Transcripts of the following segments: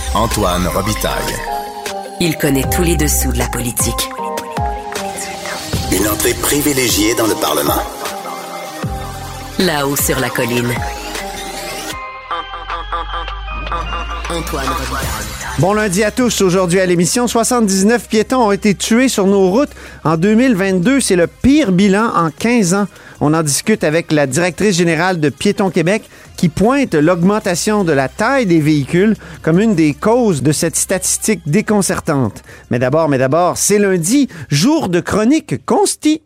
Antoine Robitaille. Il connaît tous les dessous de la politique. Une entrée privilégiée dans le Parlement. Là-haut sur la colline. Antoine Robitaille. Bon lundi à tous. Aujourd'hui à l'émission, 79 piétons ont été tués sur nos routes en 2022. C'est le pire bilan en 15 ans. On en discute avec la directrice générale de Piétons Québec qui pointe l'augmentation de la taille des véhicules comme une des causes de cette statistique déconcertante. Mais d'abord, c'est lundi, jour de chronique consti.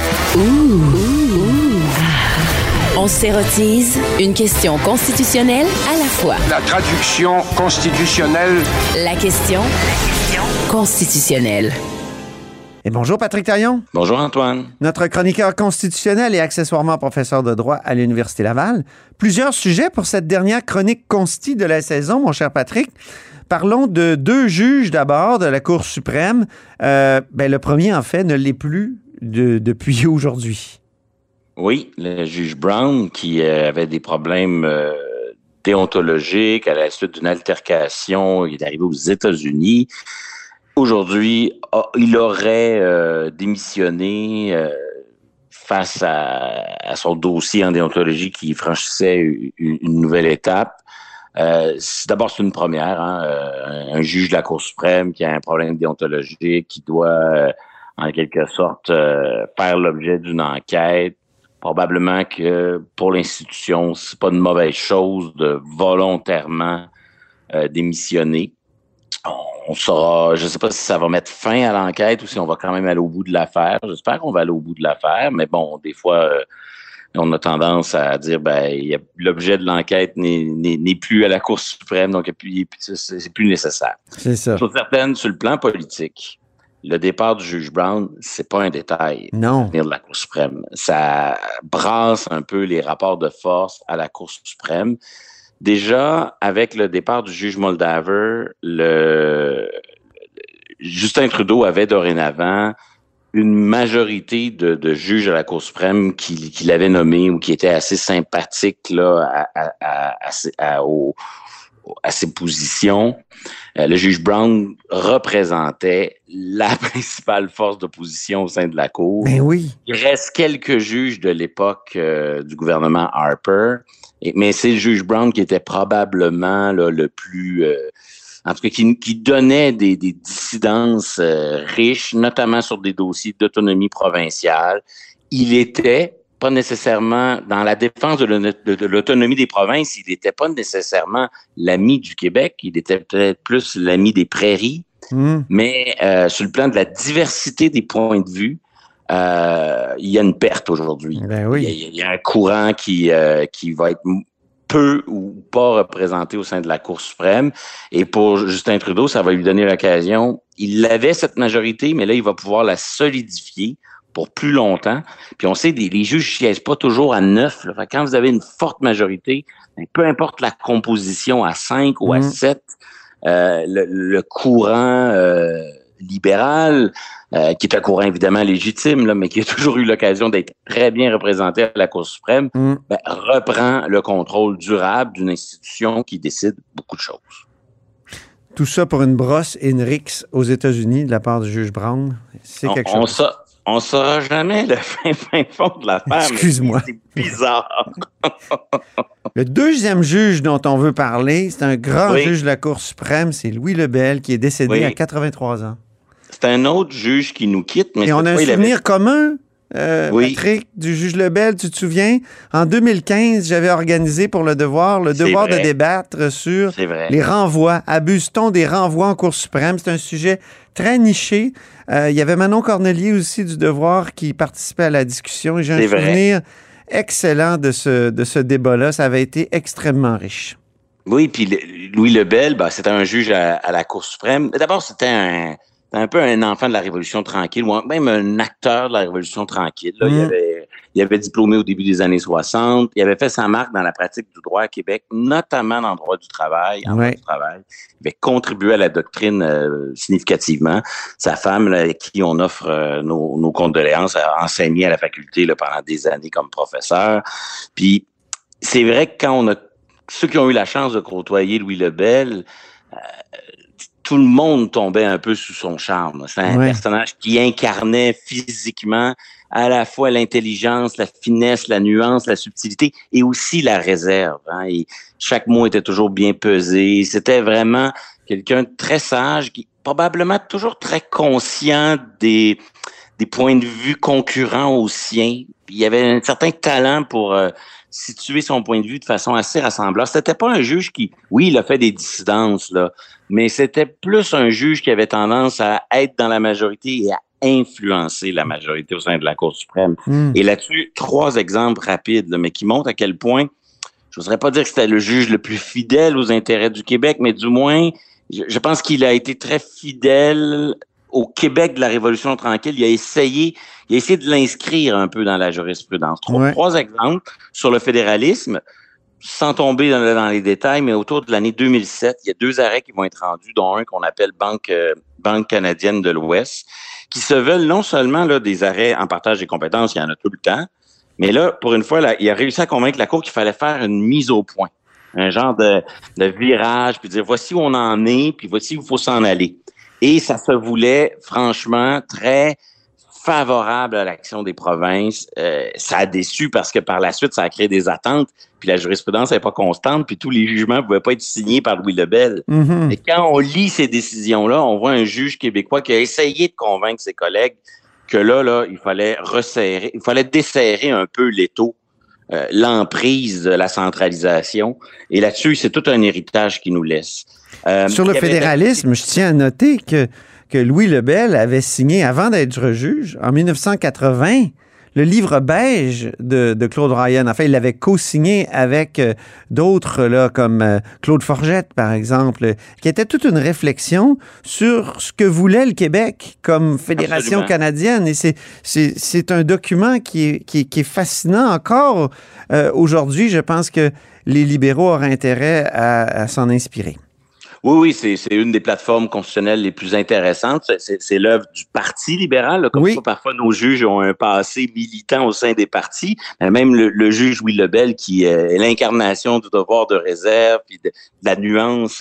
On s'érotise une question constitutionnelle à la fois. La traduction constitutionnelle. La question constitutionnelle. Et bonjour Patrick Taillon. Bonjour Antoine. Notre chroniqueur constitutionnel et accessoirement professeur de droit à l'Université Laval. Plusieurs sujets pour cette dernière chronique consti de la saison, mon cher Patrick. Parlons de deux juges d'abord de la Cour suprême. Le premier, en fait, ne l'est plus depuis aujourd'hui. Oui, le juge Brown qui avait des problèmes déontologiques à la suite d'une altercation. Il est arrivé aux États-Unis. Aujourd'hui, il aurait démissionné face à son dossier en déontologie qui franchissait une nouvelle étape. D'abord, c'est une première. Un juge de la Cour suprême qui a un problème déontologique, qui doit, en quelque sorte, faire l'objet d'une enquête. Probablement que pour l'institution, c'est pas une mauvaise chose de volontairement démissionner. On saura, je sais pas si ça va mettre fin à l'enquête ou si on va quand même aller au bout de l'affaire. J'espère qu'on va aller au bout de l'affaire, mais bon, des fois, on a tendance à dire, l'objet de l'enquête n'est plus à la Cour suprême, donc c'est plus nécessaire. C'est ça. Sur le plan politique, le départ du juge Brown, c'est pas un détail. Non. De la Cour suprême. Ça brasse un peu les rapports de force à la Cour suprême. Déjà, avec le départ du juge Moldaver, Justin Trudeau avait dorénavant une majorité de juges à la Cour suprême qu'il avait nommés ou qui étaient assez sympathiques là, à ses positions. Le juge Brown représentait la principale force d'opposition au sein de la Cour. Ben oui. Il reste quelques juges de l'époque du gouvernement Harper, mais c'est le juge Brown qui était probablement là, le plus... en tout cas, qui donnait des dissidences riches, notamment sur des dossiers d'autonomie provinciale. Il était pas nécessairement, dans la défense de l'autonomie des provinces, il n'était pas nécessairement l'ami du Québec, il était peut-être plus l'ami des prairies, mais sur le plan de la diversité des points de vue, il y a une perte aujourd'hui. Ben oui. Il y a un courant qui va être peu ou pas représenté au sein de la Cour suprême. Et pour Justin Trudeau, ça va lui donner l'occasion. Il avait cette majorité, mais là, il va pouvoir la solidifier pour plus longtemps. Puis on sait, les juges ne siègent pas toujours à 9. Là. Quand vous avez une forte majorité, peu importe la composition à 5 ou à 7, le courant libéral, qui est un courant évidemment légitime, là, mais qui a toujours eu l'occasion d'être très bien représenté à la Cour suprême, reprend le contrôle durable d'une institution qui décide beaucoup de choses. Tout ça pour une brosse et une rixe aux États-Unis de la part du juge Brown. C'est quelque chose. On ne saura jamais le fin fond de l'affaire. Excuse-moi. Mais c'est bizarre. Le deuxième juge dont on veut parler, c'est un grand juge de la Cour suprême, c'est Louis Lebel, qui est décédé à 83 ans. C'est un autre juge qui nous quitte. Mais et on a un souvenir commun, Patrick, du juge Lebel, tu te souviens? En 2015, j'avais organisé pour Le Devoir de débattre sur les renvois. Abuse-t-on des renvois en Cour suprême? C'est un sujet très niché. Il y avait Manon Cornelier aussi du Devoir qui participait à la discussion. Et j'ai un souvenir excellent de ce débat-là. Ça avait été extrêmement riche. Oui, puis Louis Lebel, c'était un juge à la Cour suprême. D'abord, c'était un peu un enfant de la Révolution tranquille, ou même un acteur de la Révolution tranquille. Là. Il avait diplômé au début des années 60. Il avait fait sa marque dans la pratique du droit à Québec, notamment dans le droit du travail. Il avait contribué à la doctrine significativement. Sa femme, là, à qui on offre nos condoléances, a enseigné à la faculté là, pendant des années comme professeur. Puis c'est vrai que quand ceux qui ont eu la chance de côtoyer Louis Lebel, tout le monde tombait un peu sous son charme. C'est un personnage qui incarnait physiquement à la fois l'intelligence, la finesse, la nuance, la subtilité et aussi la réserve. Et chaque mot était toujours bien pesé. C'était vraiment quelqu'un de très sage, qui probablement toujours très conscient des points de vue concurrents aux siens. Il y avait un certain talent pour situer son point de vue de façon assez rassembleur. C'était pas un juge qui, oui, il a fait des dissidences, là, mais c'était plus un juge qui avait tendance à être dans la majorité et à influencer la majorité au sein de la Cour suprême. Et là-dessus, 3 exemples rapides, là, mais qui montrent à quel point, je n'oserais pas dire que c'était le juge le plus fidèle aux intérêts du Québec, mais du moins, je pense qu'il a été très fidèle au Québec de la Révolution tranquille. Il a essayé de l'inscrire un peu dans la jurisprudence. 3 exemples sur le fédéralisme, sans tomber dans les détails, mais autour de l'année 2007, il y a 2 arrêts qui vont être rendus, dont un qu'on appelle Banque canadienne de l'Ouest, qui se veulent non seulement là, des arrêts en partage des compétences, il y en a tout le temps, mais là, pour une fois, là, il a réussi à convaincre la Cour qu'il fallait faire une mise au point, un genre de virage, puis dire voici où on en est, puis voici où il faut s'en aller. Et ça se voulait franchement très favorable à l'action des provinces. Ça a déçu parce que par la suite, ça a créé des attentes, puis la jurisprudence n'est pas constante, puis tous les jugements ne pouvaient pas être signés par Louis Lebel. Et quand on lit ces décisions-là, on voit un juge québécois qui a essayé de convaincre ses collègues que là, il fallait desserrer un peu l'étau, l'emprise de la centralisation. Et là-dessus, c'est tout un héritage qu'il nous laisse. Sur le fédéralisme, je tiens à noter que Louis Lebel avait signé, avant d'être juge, en 1980, le livre beige de Claude Ryan. Enfin, il l'avait co-signé avec d'autres, là, comme Claude Forgette, par exemple, qui était toute une réflexion sur ce que voulait le Québec comme fédération canadienne. Et c'est un document qui est fascinant encore aujourd'hui. Je pense que les libéraux auraient intérêt à s'en inspirer. Oui, c'est une des plateformes constitutionnelles les plus intéressantes. C'est l'œuvre du Parti libéral. Là, comme ça, parfois, nos juges ont un passé militant au sein des partis. Même le juge Louis Lebel, qui est l'incarnation du devoir de réserve, puis de la nuance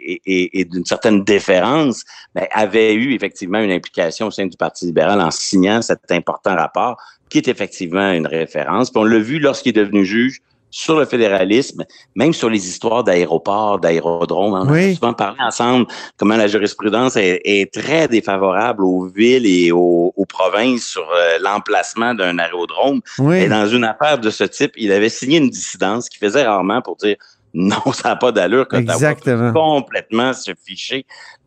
et d'une certaine déférence, avait eu effectivement une implication au sein du Parti libéral en signant cet important rapport, qui est effectivement une référence. Puis on l'a vu lorsqu'il est devenu juge, sur le fédéralisme, même sur les histoires d'aéroports, d'aérodromes. On a souvent parlé ensemble comment la jurisprudence est très défavorable aux villes et aux provinces sur l'emplacement d'un aérodrome. Et dans une affaire de ce type, il avait signé une dissidence qui faisait rarement pour dire non, ça n'a pas d'allure que tu complètement se ficher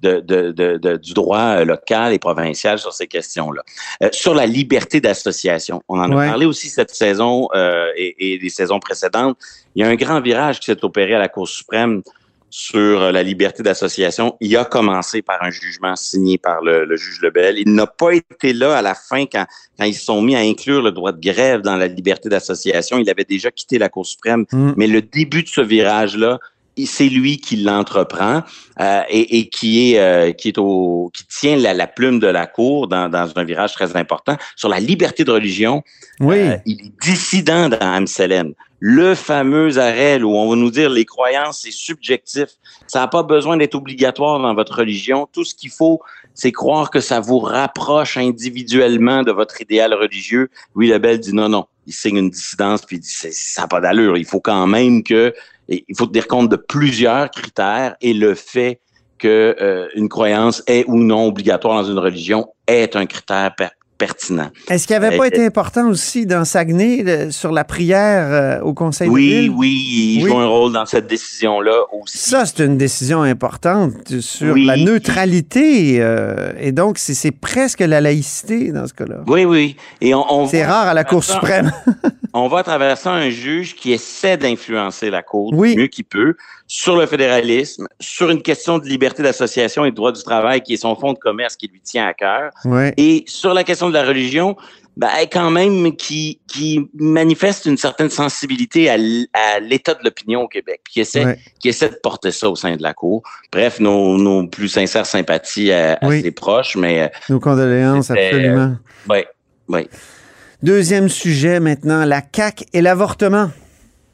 du droit local et provincial sur ces questions-là. Sur la liberté d'association, on en a parlé aussi cette saison et les saisons précédentes. Il y a un grand virage qui s'est opéré à la Cour suprême sur la liberté d'association. Il a commencé par un jugement signé par le juge Lebel. Il n'a pas été là à la fin quand ils se sont mis à inclure le droit de grève dans la liberté d'association. Il avait déjà quitté la Cour suprême. Mais le début de ce virage-là, c'est lui qui l'entreprend et qui tient la plume de la Cour dans un virage très important. Sur la liberté de religion, il est dissident dans Amselem. Le fameux arrêt où on va nous dire les croyances, c'est subjectif. Ça n'a pas besoin d'être obligatoire dans votre religion. Tout ce qu'il faut, c'est croire que ça vous rapproche individuellement de votre idéal religieux. Louis Lebel dit non. Il signe une dissidence puis il dit ça n'a pas d'allure. Il faut quand même il faut tenir compte de plusieurs critères et le fait que une croyance est ou non obligatoire dans une religion est un critère pertinent. Est-ce qu'il n'avait pas été important aussi dans Saguenay sur la prière au Conseil de ville? Oui, il joue un rôle dans cette décision-là aussi. Ça, c'est une décision importante sur la neutralité et donc c'est presque la laïcité dans ce cas-là. Oui. Et c'est rare à la Cour suprême. On va à travers ça un juge qui essaie d'influencer la Cour du mieux qu'il peut sur le fédéralisme, sur une question de liberté d'association et de droit du travail qui est son fonds de commerce qui lui tient à cœur. Et sur la question de la religion, quand même qui manifeste une certaine sensibilité à l'état de l'opinion au Québec, qui essaie de porter ça au sein de la Cour. Bref, nos plus sincères sympathies à ses proches, mais nos condoléances, absolument. Oui. Deuxième sujet maintenant, la CAQ et l'avortement.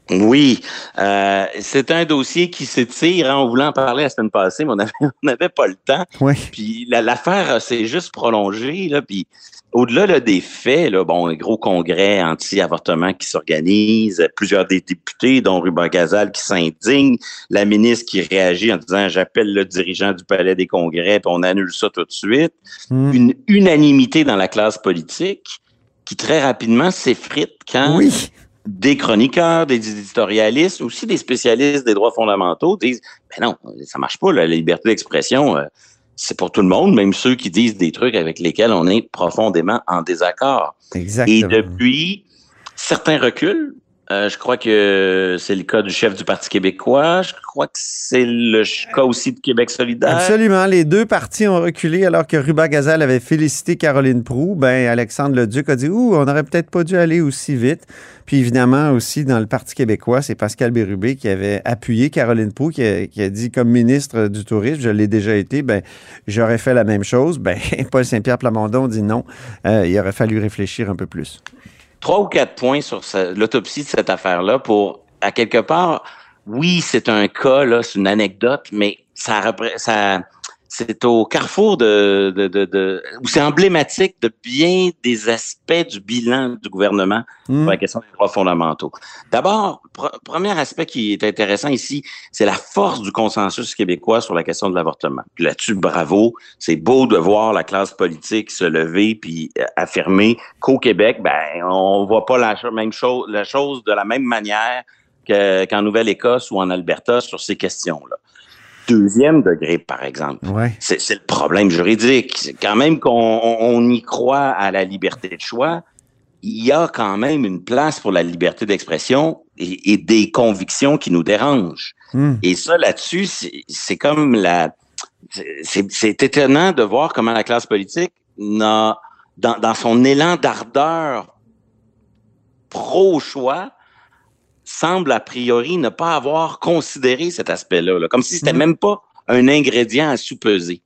Oui, c'est un dossier qui s'étire. On voulait en parler la semaine passée, mais on n'avait pas le temps. Oui. Puis l'affaire s'est juste prolongée. Là, puis au-delà là, des faits, là, bon, un gros congrès anti-avortement qui s'organise, plusieurs des députés, dont Ruba Gazal, qui s'indignent, la ministre qui réagit en disant « J'appelle le dirigeant du Palais des Congrès, puis on annule ça tout de suite ». Une unanimité dans la classe politique qui très rapidement s'effrite quand des chroniqueurs, des éditorialistes, aussi des spécialistes des droits fondamentaux disent « Ben non, ça marche pas, la liberté d'expression, c'est pour tout le monde, même ceux qui disent des trucs avec lesquels on est profondément en désaccord. » Exactement. Et depuis, certains reculent. Je crois que c'est le cas du chef du Parti québécois. Je crois que c'est le cas aussi de Québec solidaire. Absolument. Les deux partis ont reculé alors que Ruba Gazal avait félicité Caroline Proulx. Ben, Alexandre Leduc a dit « on n'aurait peut-être pas dû aller aussi vite ». Puis évidemment, aussi dans le Parti québécois, c'est Pascal Bérubé qui avait appuyé Caroline Proulx, qui a dit comme ministre du Tourisme, je l'ai déjà été, ben j'aurais fait la même chose. Ben Paul Saint-Pierre Plamondon dit non. Il aurait fallu réfléchir un peu plus. 3 ou 4 points sur l'autopsie de cette affaire-là pour, à quelque part, oui, c'est un cas, là, c'est une anecdote, mais c'est au carrefour où c'est emblématique de bien des aspects du bilan du gouvernement sur la question des droits fondamentaux. D'abord, premier aspect qui est intéressant ici, c'est la force du consensus québécois sur la question de l'avortement. Puis là-dessus, bravo, c'est beau de voir la classe politique se lever puis affirmer qu'au Québec, ben on voit pas la chose de la même manière qu'en Nouvelle-Écosse ou en Alberta sur ces questions-là. Deuxième degré, par exemple. Ouais. C'est le problème juridique. Quand même qu'on y croit à la liberté de choix, il y a quand même une place pour la liberté d'expression et des convictions qui nous dérangent. Et ça, là-dessus, c'est comme c'est étonnant de voir comment la classe politique dans son élan d'ardeur pro-choix, semble a priori ne pas avoir considéré cet aspect-là, là, comme si c'était même pas un ingrédient à sous-peser.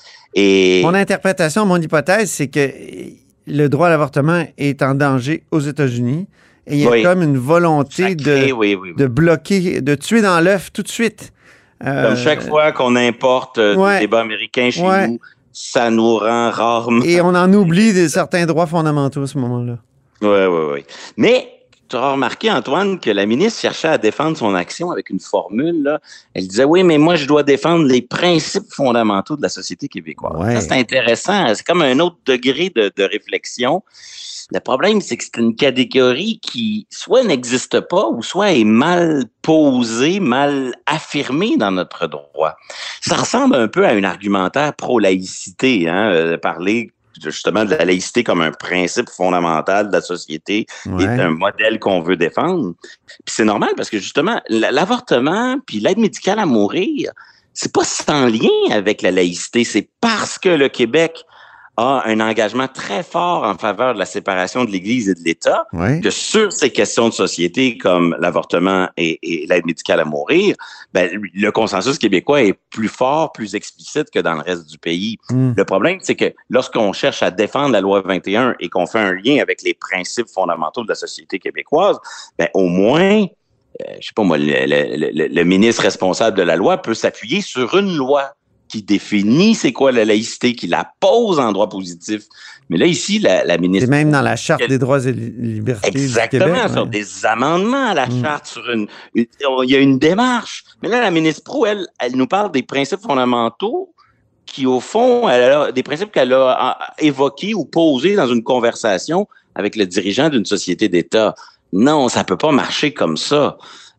Et mon interprétation, mon hypothèse, c'est que le droit à l'avortement est en danger aux États-Unis et il y a comme une volonté de bloquer, de tuer dans l'œuf tout de suite. Comme chaque fois qu'on importe du débat américain chez nous, ça nous rend rarement... Et on en oublie certains droits fondamentaux à ce moment-là. Oui. Mais tu auras remarqué, Antoine, que la ministre cherchait à défendre son action avec une formule. Là. Elle disait, oui, mais moi, je dois défendre les principes fondamentaux de la société québécoise. Ouais. Ça, c'est intéressant. C'est comme un autre degré de réflexion. Le problème, c'est que c'est une catégorie qui soit n'existe pas ou soit est mal posée, mal affirmée dans notre droit. Ça ressemble un peu à un argumentaire pro-laïcité, parler justement de la laïcité comme un principe fondamental de la société et un modèle qu'on veut défendre. Puis c'est normal parce que justement, l'avortement puis l'aide médicale à mourir, c'est pas sans lien avec la laïcité. C'est parce que le Québec a un engagement très fort en faveur de la séparation de l'Église et de l'État, que sur ces questions de société comme l'avortement et l'aide médicale à mourir, ben, le consensus québécois est plus fort, plus explicite que dans le reste du pays. Le problème, c'est que lorsqu'on cherche à défendre la loi 21 et qu'on fait un lien avec les principes fondamentaux de la société québécoise, ben, au moins, je sais pas moi, le ministre responsable de la loi peut s'appuyer sur une loi qui définit c'est quoi la laïcité, qui la pose en droit positif. Mais là, ici, la ministre... C'est même dans la Charte des droits et libertés exactement, du Québec. Sur des amendements à la Charte, sur il y a une démarche. Mais là, la ministre Proulx, elle nous parle des principes fondamentaux qui, au fond, des principes qu'elle a évoqués ou posés dans une conversation avec le dirigeant d'une société d'État. Non, ça peut pas marcher comme ça.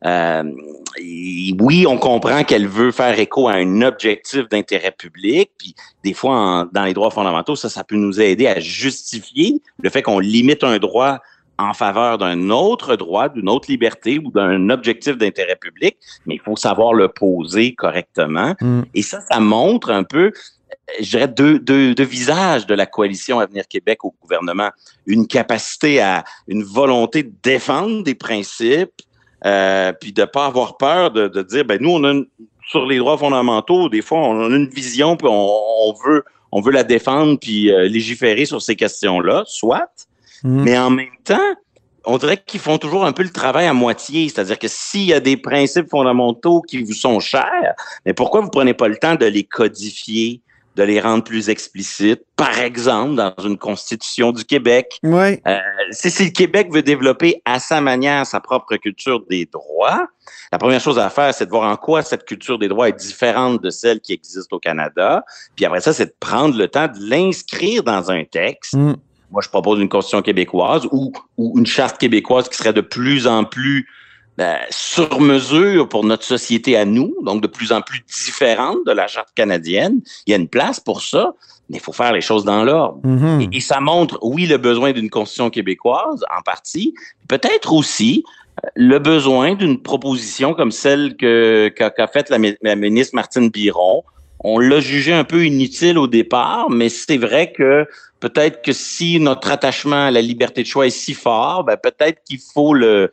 Oui, on comprend qu'elle veut faire écho à un objectif d'intérêt public, puis des fois, dans les droits fondamentaux, ça peut nous aider à justifier le fait qu'on limite un droit en faveur d'un autre droit, d'une autre liberté ou d'un objectif d'intérêt public, mais il faut savoir le poser correctement. Et ça montre un peu, je dirais, deux visages de la coalition Avenir Québec au gouvernement. Une capacité une volonté de défendre des principes, puis de pas avoir peur de dire, ben nous, on a sur les droits fondamentaux, des fois, on a une vision, puis on veut la défendre, puis légiférer sur ces questions-là, soit. Mais en même temps, on dirait qu'ils font toujours un peu le travail à moitié. C'est-à-dire que s'il y a des principes fondamentaux qui vous sont chers, mais pourquoi vous prenez pas le temps de les codifier, de les rendre plus explicites, par exemple, dans une constitution du Québec? Oui. Si le Québec veut développer à sa manière sa propre culture des droits, la première chose à faire, c'est de voir en quoi cette culture des droits est différente de celle qui existe au Canada. Puis après ça, c'est de prendre le temps de l'inscrire dans un texte. Moi, je propose une constitution québécoise ou une charte québécoise qui serait de plus en plus sur mesure pour notre société à nous, donc de plus en plus différente de la charte canadienne. Il y a une place pour ça, mais il faut faire les choses dans l'ordre. Et ça montre, oui, le besoin d'une constitution québécoise, en partie, peut-être aussi le besoin d'une proposition comme celle qu'a faite la ministre Martine Biron. On l'a jugé un peu inutile au départ, mais c'est vrai que peut-être que si notre attachement à la liberté de choix est si fort, peut-être qu'il faut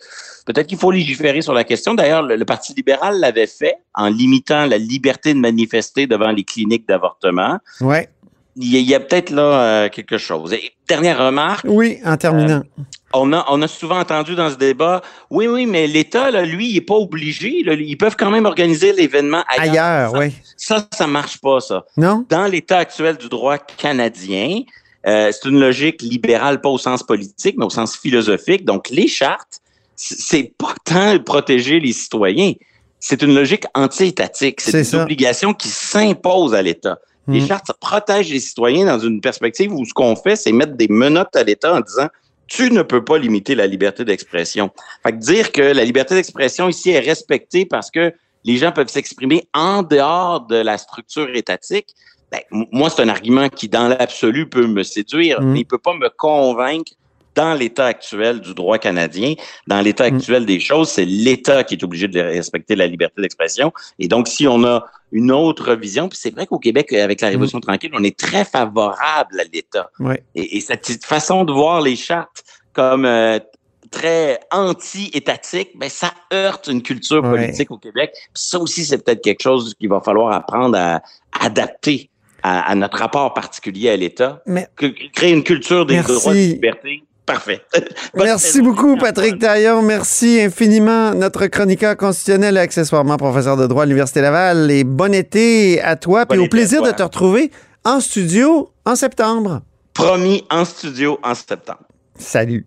légiférer sur la question. D'ailleurs, le Parti libéral l'avait fait en limitant la liberté de manifester devant les cliniques d'avortement. Ouais. Il y a peut-être là quelque chose. Et dernière remarque. Oui, en terminant. On a souvent entendu dans ce débat, oui, mais l'État, là, lui, il est pas obligé. Là, ils peuvent quand même organiser l'événement ailleurs. Oui. Ça marche pas, ça. Non? Dans l'état actuel du droit canadien, c'est une logique libérale, pas au sens politique, mais au sens philosophique. Donc, les chartes, c'est pas tant protéger les citoyens. C'est une logique anti-étatique. C'est une obligation qui s'impose à l'État. Les chartes, ça protège les citoyens dans une perspective où ce qu'on fait, c'est mettre des menottes à l'État en disant « Tu ne peux pas limiter la liberté d'expression ». Fait que dire que la liberté d'expression ici est respectée parce que les gens peuvent s'exprimer en dehors de la structure étatique, moi, c'est un argument qui, dans l'absolu, peut me séduire, mais il peut pas me convaincre dans l'état actuel du droit canadien, dans l'état actuel des choses, c'est l'État qui est obligé de respecter la liberté d'expression. Et donc, si on a une autre vision, puis c'est vrai qu'au Québec, avec la Révolution tranquille, on est très favorable à l'État. Oui. Et cette façon de voir les chartes comme très anti-étatique, ça heurte une culture politique au Québec. Puis ça aussi, c'est peut-être quelque chose qu'il va falloir apprendre à adapter à notre rapport particulier à l'État. Créer une culture des droits et des libertés. Parfait. Merci beaucoup, Patrick Taillon. Merci infiniment, notre chroniqueur constitutionnel et accessoirement professeur de droit à l'Université Laval. Et bon été à toi. Puis au plaisir de te retrouver en studio en septembre. Promis, en studio en septembre. Salut.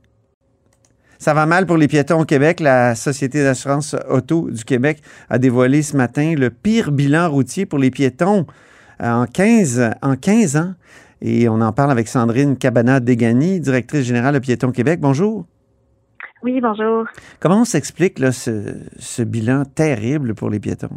Ça va mal pour les piétons au Québec. La Société d'assurance auto du Québec a dévoilé ce matin le pire bilan routier pour les piétons en 15 ans. Et on en parle avec Sandrine Cabana-Degani, directrice générale de Piétons Québec. Bonjour. Oui, bonjour. Comment on s'explique là, ce bilan terrible pour les piétons?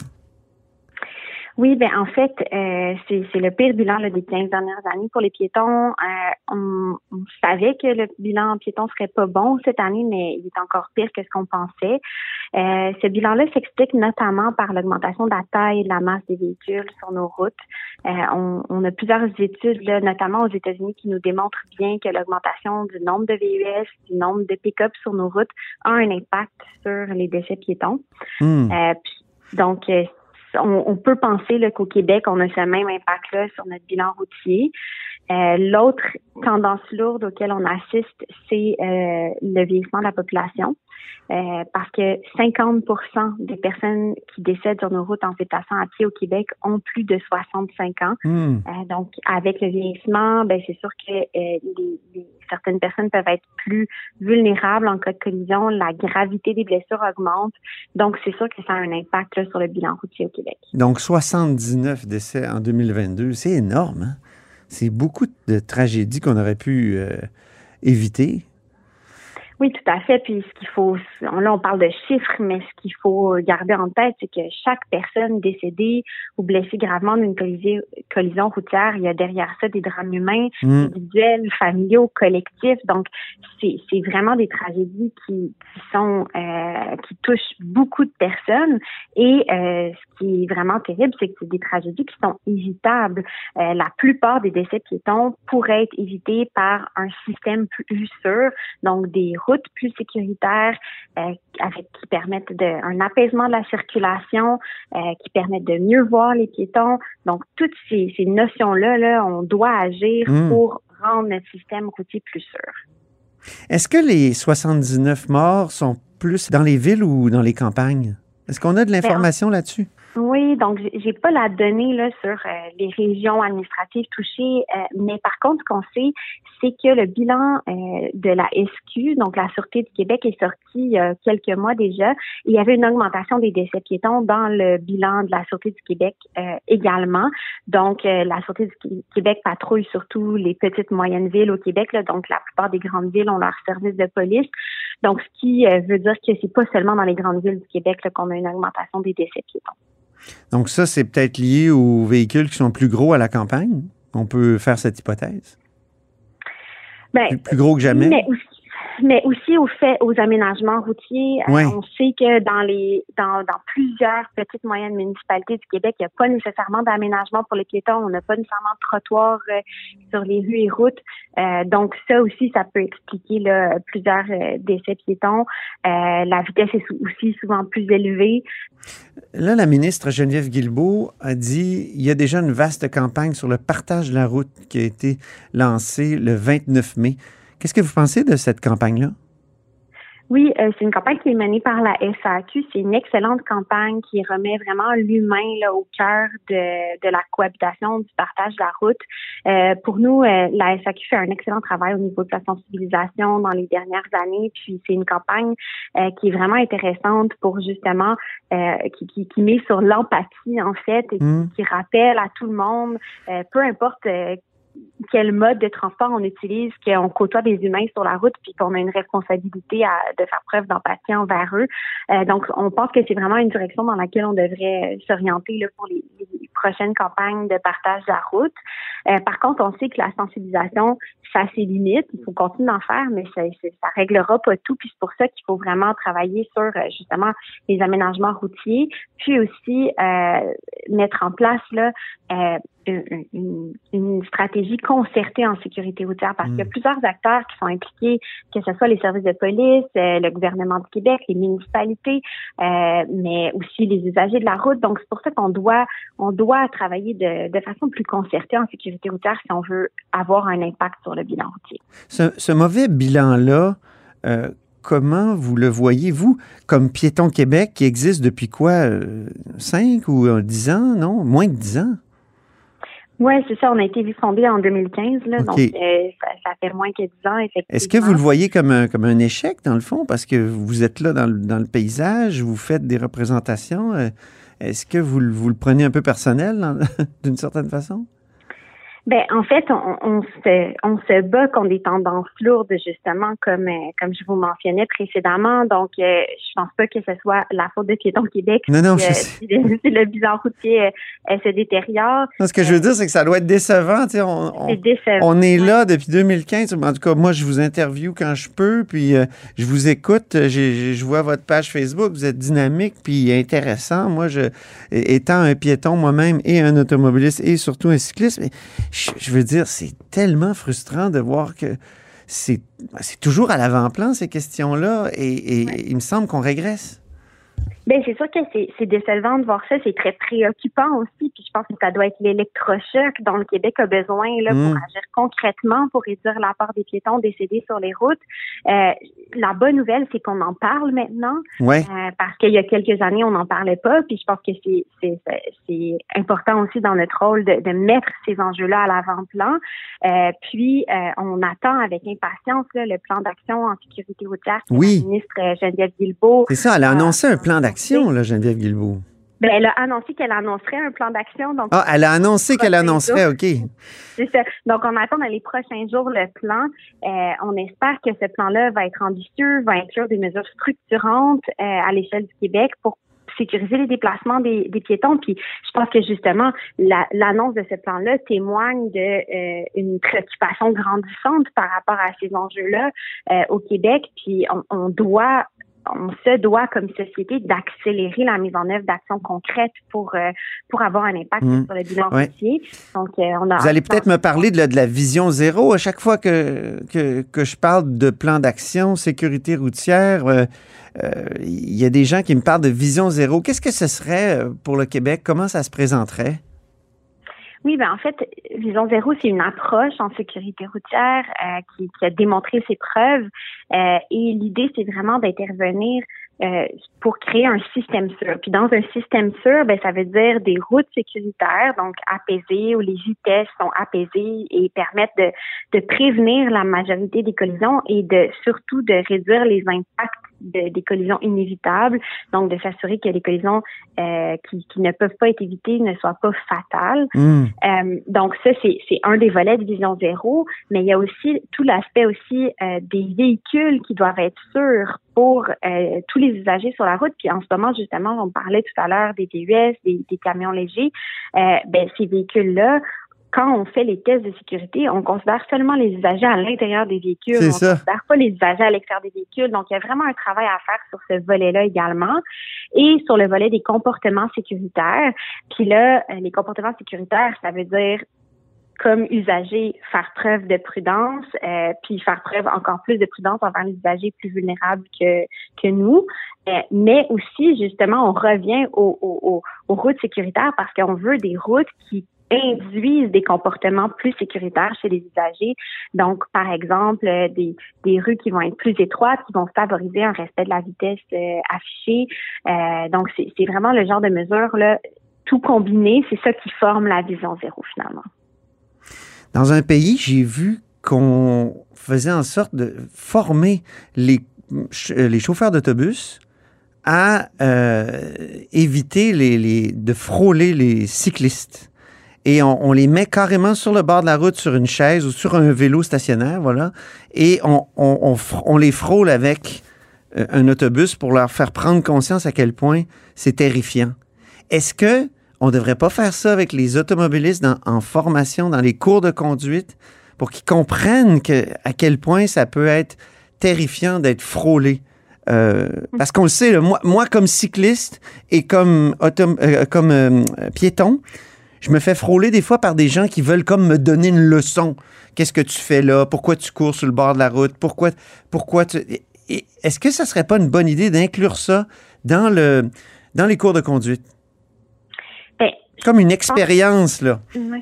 Oui, en fait, c'est le pire bilan des 15 dernières années pour les piétons. On savait que le bilan en piétons serait pas bon cette année, mais il est encore pire que ce qu'on pensait. Ce bilan-là s'explique notamment par l'augmentation de la taille et de la masse des véhicules sur nos routes. On a plusieurs études, là, notamment aux États-Unis, qui nous démontrent bien que l'augmentation du nombre de VUS, du nombre de pick-up sur nos routes a un impact sur les décès piétons. Donc, on peut penser là, qu'au Québec, on a ce même impact-là sur notre bilan routier. L'autre tendance lourde auquel on assiste, c'est le vieillissement de la population. Parce que 50% des personnes qui décèdent sur nos routes en se déplaçant à pied au Québec ont plus de 65 ans. Donc, avec le vieillissement, c'est sûr que certaines personnes peuvent être plus vulnérables en cas de collision. La gravité des blessures augmente. Donc, c'est sûr que ça a un impact là, sur le bilan routier au Québec. Donc, 79 décès en 2022, c'est énorme, hein? C'est beaucoup de tragédies qu'on aurait pu éviter. Oui, tout à fait. Puis ce qu'il faut, là on parle de chiffres, mais ce qu'il faut garder en tête, c'est que chaque personne décédée ou blessée gravement d'une collision routière, il y a derrière ça des drames humains, individuels, familiaux, collectifs. Donc c'est vraiment des tragédies qui touchent beaucoup de personnes. Et ce qui est vraiment terrible, c'est que c'est des tragédies qui sont évitables. La plupart des décès piétons pourraient être évités par un système plus sûr, donc des routes plus sécuritaires qui permettent un apaisement de la circulation, qui permettent de mieux voir les piétons. Donc, toutes ces notions-là, on doit agir pour rendre notre système routier plus sûr. Est-ce que les 79 morts sont plus dans les villes ou dans les campagnes? Est-ce qu'on a de l'information là-dessus? Oui, donc j'ai pas la donnée là sur les régions administratives touchées, mais par contre, ce qu'on sait, c'est que le bilan de la SQ, donc la Sûreté du Québec, est sorti il y a quelques mois déjà. Il y avait une augmentation des décès piétons dans le bilan de la Sûreté du Québec également. Donc, la Sûreté du Québec patrouille surtout les petites moyennes villes au Québec, là, donc la plupart des grandes villes ont leur service de police. Donc, ce qui veut dire que c'est pas seulement dans les grandes villes du Québec là, qu'on a une augmentation des décès piétons. Donc ça, c'est peut-être lié aux véhicules qui sont plus gros à la campagne? On peut faire cette hypothèse? Plus gros que jamais? Mais aussi aux aménagements routiers. Ouais. On sait que dans plusieurs petites moyennes municipalités du Québec, il n'y a pas nécessairement d'aménagement pour les piétons. On n'a pas nécessairement de trottoirs sur les rues et routes. Donc ça aussi, ça peut expliquer là, plusieurs décès piétons. La vitesse est aussi souvent plus élevée. Là, la ministre Geneviève Guilbeault a dit il y a déjà une vaste campagne sur le partage de la route qui a été lancée le 29 mai. Qu'est-ce que vous pensez de cette campagne-là? Oui, c'est une campagne qui est menée par la SAQ. C'est une excellente campagne qui remet vraiment l'humain là au cœur de la cohabitation, du partage de la route. Pour nous, la SAQ fait un excellent travail au niveau de la sensibilisation dans les dernières années. Puis c'est une campagne qui est vraiment intéressante pour justement qui met sur l'empathie en fait et qui rappelle à tout le monde, peu importe quel mode de transport on utilise, qu'on côtoie des humains sur la route puis qu'on a une responsabilité de faire preuve d'empathie envers eux. Donc, on pense que c'est vraiment une direction dans laquelle on devrait s'orienter là, pour les prochaines campagnes de partage de la route. Par contre, on sait que la sensibilisation, ça a ses limites. Il faut continuer d'en faire, mais ça réglera pas tout. Puis c'est pour ça qu'il faut vraiment travailler sur justement les aménagements routiers, puis aussi mettre en place là une stratégie concertée en sécurité routière parce qu'il y a plusieurs acteurs qui sont impliqués, que ce soit les services de police, le gouvernement du Québec, les municipalités, mais aussi les usagers de la route. Donc, c'est pour ça qu'on doit travailler de façon plus concertée en sécurité routière si on veut avoir un impact sur le bilan routier. Ce mauvais bilan-là, comment vous le voyez, vous, comme Piétons Québec, qui existe depuis quoi, 5 ou 10 ans, non? Moins de 10 ans? Oui, c'est ça. On a été fondé en 2015, là, donc ça fait moins que 10 ans, effectivement. Est-ce que vous le voyez comme un échec, dans le fond, parce que vous êtes là dans le paysage, vous faites des représentations? Est-ce que vous le prenez un peu personnel, d'une certaine façon? Ben en fait, on se bat contre des tendances lourdes justement, comme je vous mentionnais précédemment. Donc, je pense pas que ce soit la faute de Piétons Québec si le bilan routier se détériore. Non, ce que je veux dire, c'est que ça doit être décevant. C'est décevant. On est là depuis 2015. En tout cas, moi, je vous interviewe quand je peux, puis je vous écoute. Je vois votre page Facebook. Vous êtes dynamique puis intéressant. Moi, étant un piéton moi-même et un automobiliste et surtout un cycliste, mais je veux dire, c'est tellement frustrant de voir que c'est toujours à l'avant-plan, ces questions-là, et il me semble qu'on régresse. Bien, c'est sûr que c'est décevant de voir ça. C'est très préoccupant aussi. Puis je pense que ça doit être l'électrochoc dont le Québec a besoin là, pour agir concrètement pour réduire la part des piétons décédés sur les routes. La bonne nouvelle, c'est qu'on en parle maintenant. Ouais. Parce qu'il y a quelques années, on n'en parlait pas. Puis je pense que c'est important aussi dans notre rôle de mettre ces enjeux-là à l'avant-plan. Puis on attend avec impatience là, le plan d'action en sécurité routière que la ministre Geneviève Guilbeault. C'est ça, elle a annoncé un plan d'action, là, Geneviève Guilbeault. Ben, elle a annoncé qu'elle annoncerait un plan d'action. Donc, elle a annoncé qu'elle annoncerait, OK. C'est ça. Donc, on attend dans les prochains jours le plan. On espère que ce plan-là va être ambitieux, va inclure des mesures structurantes à l'échelle du Québec pour sécuriser les déplacements des piétons. Puis, je pense que justement, l'annonce de ce plan-là témoigne une préoccupation grandissante par rapport à ces enjeux-là au Québec. Puis, on se doit, comme société, d'accélérer la mise en œuvre d'actions concrètes pour avoir un impact sur le bilan routier. Donc, vous allez peut-être me parler de la vision zéro. À chaque fois que je parle de plan d'action, sécurité routière, il y a des gens qui me parlent de vision zéro. Qu'est-ce que ce serait pour le Québec? Comment ça se présenterait? Oui, en fait, Vision Zéro, c'est une approche en sécurité routière qui a démontré ses preuves. Et l'idée, c'est vraiment d'intervenir pour créer un système sûr. Puis dans un système sûr, ça veut dire des routes sécuritaires, donc apaisées, où les vitesses sont apaisées et permettent de prévenir la majorité des collisions et surtout de réduire les impacts des collisions inévitables, donc de s'assurer que les collisions qui ne peuvent pas être évitées ne soient pas fatales. Donc ça, c'est un des volets de Vision Zéro, mais il y a aussi tout l'aspect aussi des véhicules qui doivent être sûrs pour tous les usagers sur la route. Puis en ce moment, justement, on parlait tout à l'heure des VUS, des camions légers. Ces véhicules-là, quand on fait les tests de sécurité, on considère seulement les usagers à l'intérieur des véhicules. On ne considère pas les usagers à l'extérieur des véhicules. Donc, il y a vraiment un travail à faire sur ce volet-là également. Et sur le volet des comportements sécuritaires. Puis là, les comportements sécuritaires, ça veut dire, comme usager, faire preuve de prudence, puis faire preuve encore plus de prudence envers les usagers plus vulnérables que nous. Mais aussi, justement, on revient aux routes sécuritaires parce qu'on veut des routes qui induisent des comportements plus sécuritaires chez les usagers. Donc, par exemple, des rues qui vont être plus étroites, qui vont favoriser un respect de la vitesse affichée. Donc, c'est vraiment le genre de mesures, là, tout combiné, c'est ça qui forme la Vision Zéro, finalement. Dans un pays, j'ai vu qu'on faisait en sorte de former les chauffeurs d'autobus à éviter de frôler les cyclistes. Et on les met carrément sur le bord de la route, sur une chaise ou sur un vélo stationnaire, voilà. Et on les frôle avec un autobus pour leur faire prendre conscience à quel point c'est terrifiant. Est-ce que on ne devrait pas faire ça avec les automobilistes en formation, dans les cours de conduite, pour qu'ils comprennent à quel point ça peut être terrifiant d'être frôlé? Parce qu'on le sait, là, moi comme cycliste et comme piéton, je me fais frôler des fois par des gens qui veulent comme me donner une leçon. Qu'est-ce que tu fais là? Pourquoi tu cours sur le bord de la route? Pourquoi tu... Est-ce que ça serait pas une bonne idée d'inclure ça dans les cours de conduite? Comme une expérience, là. Oui.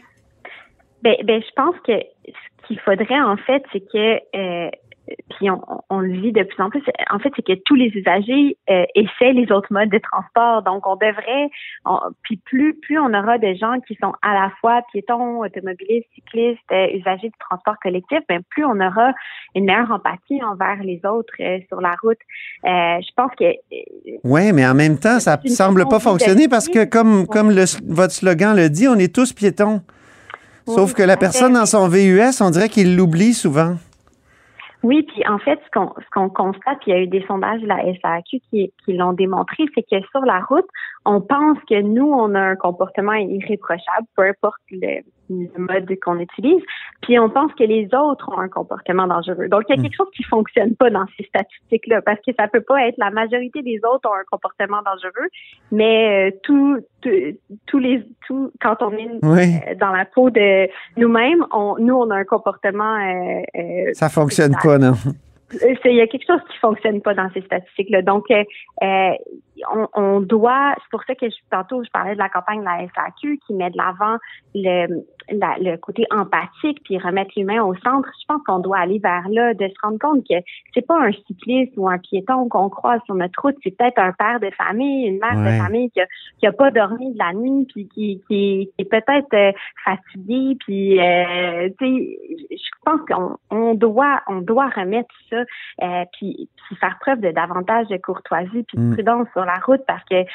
Je pense que ce qu'il faudrait, en fait, c'est que... puis on le vit de plus en plus. En fait, c'est que tous les usagers essaient les autres modes de transport. Donc, on devrait... puis plus on aura de gens qui sont à la fois piétons, automobilistes, cyclistes, usagers du transport collectif, plus on aura une meilleure empathie envers les autres sur la route. Je pense que... Oui, mais en même temps, ça semble pas fonctionner parce que, comme votre slogan le dit, on est tous piétons. Sauf que la personne dans son VUS, on dirait qu'il l'oublie souvent. Oui, puis en fait, ce qu'on constate, puis il y a eu des sondages de la SAQ qui l'ont démontré, c'est que sur la route, on pense que nous, on a un comportement irréprochable, peu importe le mode qu'on utilise, puis on pense que les autres ont un comportement dangereux. Donc, il y a quelque chose qui fonctionne pas dans ces statistiques-là, parce que ça peut pas être la majorité des autres ont un comportement dangereux, mais quand on est dans la peau de nous-mêmes, on a un comportement... ça fonctionne pas, non? Il y a quelque chose qui fonctionne pas dans ces statistiques-là. Donc, on doit, c'est pour ça que tantôt je parlais de la campagne de la SAQ qui met de l'avant le côté empathique puis remettre l'humain au centre. Je pense qu'on doit aller vers là, de se rendre compte que c'est pas un cycliste ou un piéton qu'on croise sur notre route, c'est peut-être un père de famille, une mère de famille qui a pas dormi de la nuit puis qui est peut-être fatigué puis je pense qu'on doit remettre ça puis faire preuve de davantage de courtoisie puis de prudence sur la route parce que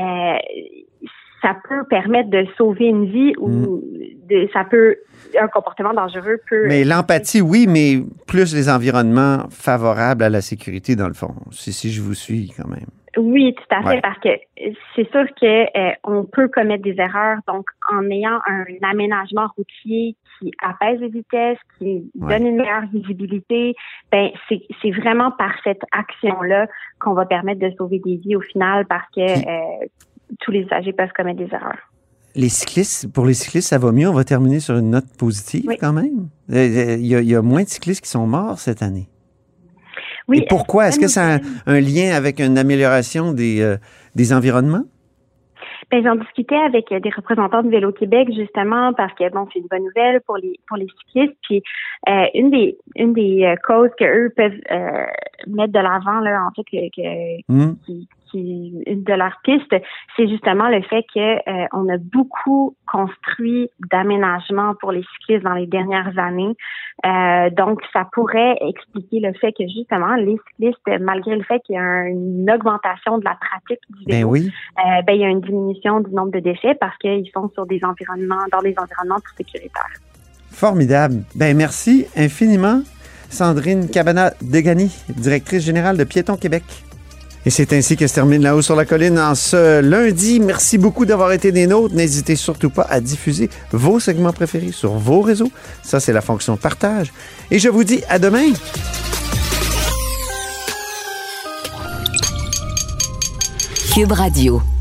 ça peut permettre de sauver une vie ou un comportement dangereux peut... Mais l'empathie, oui, mais plus les environnements favorables à la sécurité, dans le fond, si je vous suis quand même. Oui, tout à fait, parce que c'est sûr que on peut commettre des erreurs. Donc, en ayant un aménagement routier qui apaise les vitesses, qui donne une meilleure visibilité, c'est vraiment par cette action-là qu'on va permettre de sauver des vies au final, parce que tous les usagers peuvent commettre des erreurs. Pour les cyclistes, ça va mieux. On va terminer sur une note positive quand même. Il y a moins de cyclistes qui sont morts cette année. Oui. Et pourquoi? Est-ce que ça a un lien avec une amélioration des environnements? J'en discutais avec des représentants de Vélo Québec justement parce que bon, c'est une bonne nouvelle pour les cyclistes. Puis une des causes que eux peuvent mettre de l'avant là, en fait qui une de leurs pistes, c'est justement le fait que on a beaucoup construit d'aménagements pour les cyclistes dans les dernières années. Donc, ça pourrait expliquer le fait que justement les cyclistes, malgré le fait qu'il y a une augmentation de la pratique du vélo, il y a une diminution du nombre de déchets parce qu'ils sont dans des environnements plus sécuritaires. Formidable. Merci infiniment, Sandrine Cabana-Degani, directrice générale de Piétons Québec. Et c'est ainsi que se termine La Haut sur la Colline en ce lundi. Merci beaucoup d'avoir été des nôtres. N'hésitez surtout pas à diffuser vos segments préférés sur vos réseaux. Ça, c'est la fonction partage. Et je vous dis à demain. Cube Radio.